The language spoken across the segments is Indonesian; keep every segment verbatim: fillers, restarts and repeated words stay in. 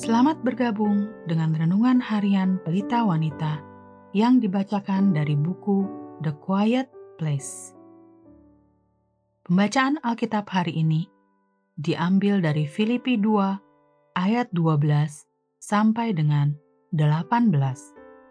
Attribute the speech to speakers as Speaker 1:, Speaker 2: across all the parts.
Speaker 1: Selamat bergabung dengan Renungan Harian Pelita Wanita yang dibacakan dari buku The Quiet Place. Pembacaan Alkitab hari ini diambil dari Filipi dua ayat dua belas sampai dengan delapan belas.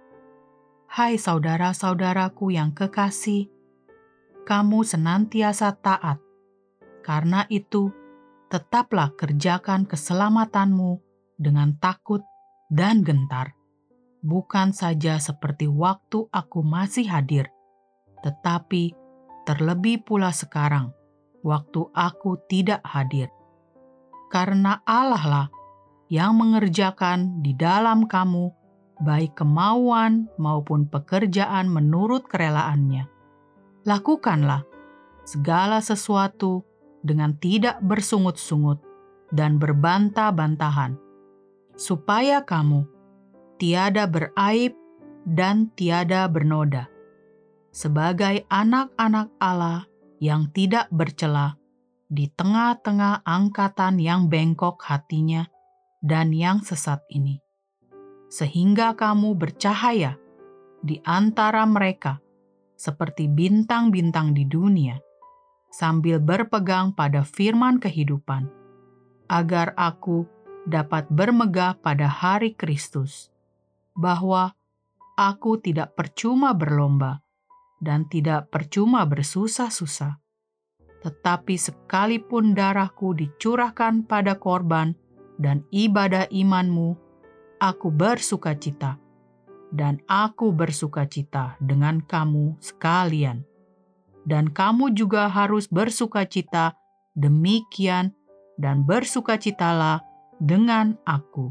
Speaker 1: Hai saudara-saudaraku yang kekasih, kamu senantiasa taat. Karena itu, tetaplah kerjakan keselamatanmu dengan takut dan gentar, bukan saja seperti waktu aku masih hadir, tetapi terlebih pula sekarang, waktu aku tidak hadir. Karena Allah lah yang mengerjakan di dalam kamu baik kemauan maupun pekerjaan menurut kerelaannya. Lakukanlah segala sesuatu dengan tidak bersungut-sungut dan berbantah-bantahan, supaya kamu tiada beraib dan tiada bernoda, sebagai anak-anak Allah yang tidak bercela di tengah-tengah angkatan yang bengkok hatinya dan yang sesat ini, sehingga kamu bercahaya di antara mereka seperti bintang-bintang di dunia, sambil berpegang pada firman kehidupan, agar aku dapat bermegah pada hari Kristus, bahwa aku tidak percuma berlomba dan tidak percuma bersusah-susah, tetapi sekalipun darahku dicurahkan pada korban dan ibadah imanmu, aku bersukacita, dan aku bersukacita dengan kamu sekalian. Dan kamu juga harus bersukacita demikian, dan bersukacitalah dengan aku.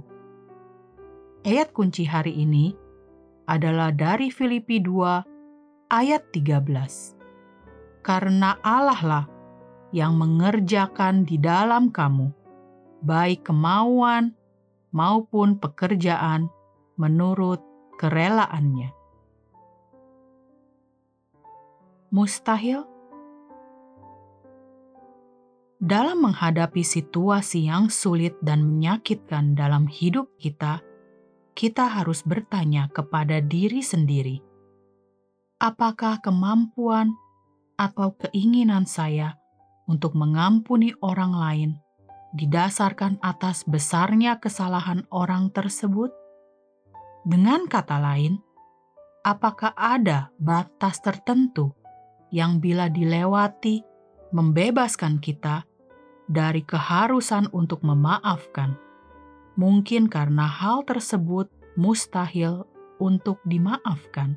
Speaker 1: Ayat kunci hari ini adalah dari Filipi dua ayat tiga belas. Karena Allah lah yang mengerjakan di dalam kamu, baik kemauan maupun pekerjaan menurut kerelaannya. Mustahil? Dalam menghadapi situasi yang sulit dan menyakitkan dalam hidup kita, kita harus bertanya kepada diri sendiri, apakah kemampuan atau keinginan saya untuk mengampuni orang lain didasarkan atas besarnya kesalahan orang tersebut? Dengan kata lain, apakah ada batas tertentu yang bila dilewati membebaskan kita dari keharusan untuk memaafkan? Mungkin karena hal tersebut mustahil untuk dimaafkan.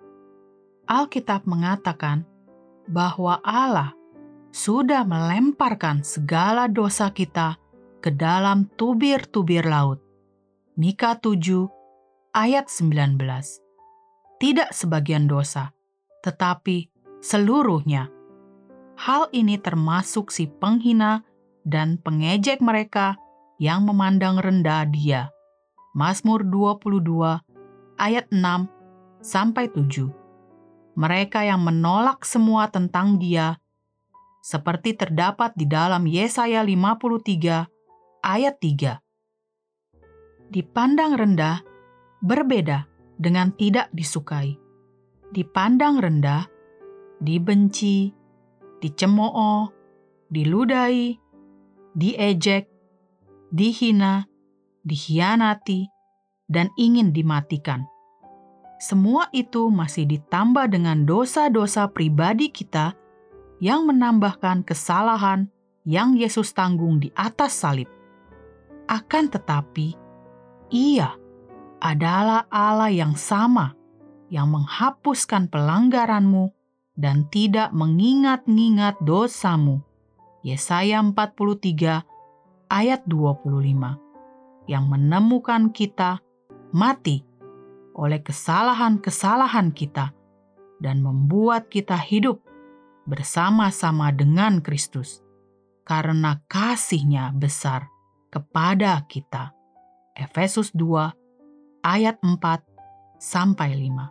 Speaker 1: Alkitab mengatakan bahwa Allah sudah melemparkan segala dosa kita ke dalam tubir-tubir laut. Mika tujuh ayat sembilan belas. Tidak sebagian dosa, tetapi seluruhnya. Hal ini termasuk si penghina dan pengejek mereka yang memandang rendah Dia. Mazmur dua puluh dua ayat enam sampai tujuh. Mereka yang menolak semua tentang Dia, seperti terdapat di dalam Yesaya lima puluh tiga ayat tiga. Dipandang rendah berbeda dengan tidak disukai. Dipandang rendah, dibenci, dicemooh, diludahi, diejek, dihina, dikhianati, dan ingin dimatikan. Semua itu masih ditambah dengan dosa-dosa pribadi kita yang menambahkan kesalahan yang Yesus tanggung di atas salib. Akan tetapi, Ia adalah Allah yang sama, yang menghapuskan pelanggaranmu dan tidak mengingat-ingat dosamu. Yesaya empat puluh tiga ayat dua puluh lima, yang menemukan kita mati oleh kesalahan-kesalahan kita dan membuat kita hidup bersama-sama dengan Kristus karena kasih-Nya besar kepada kita. Efesus dua ayat empat sampai lima.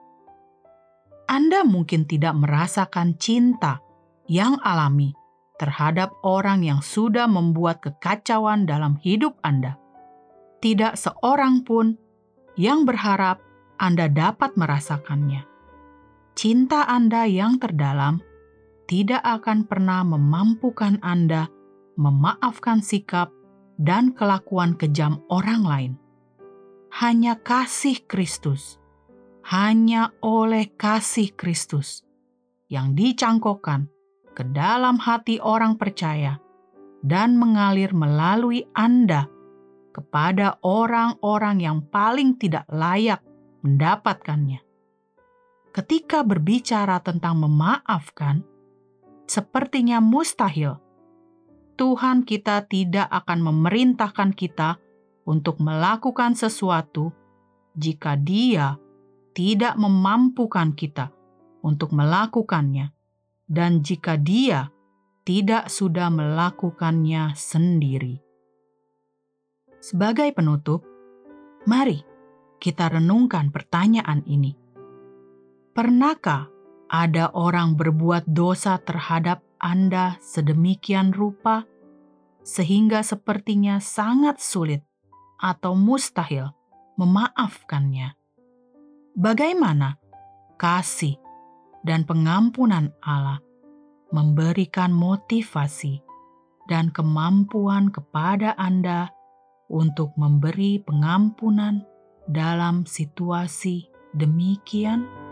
Speaker 1: Anda mungkin tidak merasakan cinta yang alami terhadap orang yang sudah membuat kekacauan dalam hidup Anda. Tidak seorang pun yang berharap Anda dapat merasakannya. Cinta Anda yang terdalam tidak akan pernah memampukan Anda memaafkan sikap dan kelakuan kejam orang lain. Hanya kasih Kristus, hanya oleh kasih Kristus yang dicangkokkan ke dalam hati orang percaya dan mengalir melalui Anda kepada orang-orang yang paling tidak layak mendapatkannya. Ketika berbicara tentang memaafkan, sepertinya mustahil Tuhan kita tidak akan memerintahkan kita untuk melakukan sesuatu jika Dia tidak memampukan kita untuk melakukannya, dan jika Dia tidak sudah melakukannya sendiri. Sebagai penutup, mari kita renungkan pertanyaan ini. Pernahkah ada orang berbuat dosa terhadap Anda sedemikian rupa, sehingga sepertinya sangat sulit atau mustahil memaafkannya? Bagaimana kasih dan pengampunan Allah memberikan motivasi dan kemampuan kepada Anda untuk memberi pengampunan dalam situasi demikian?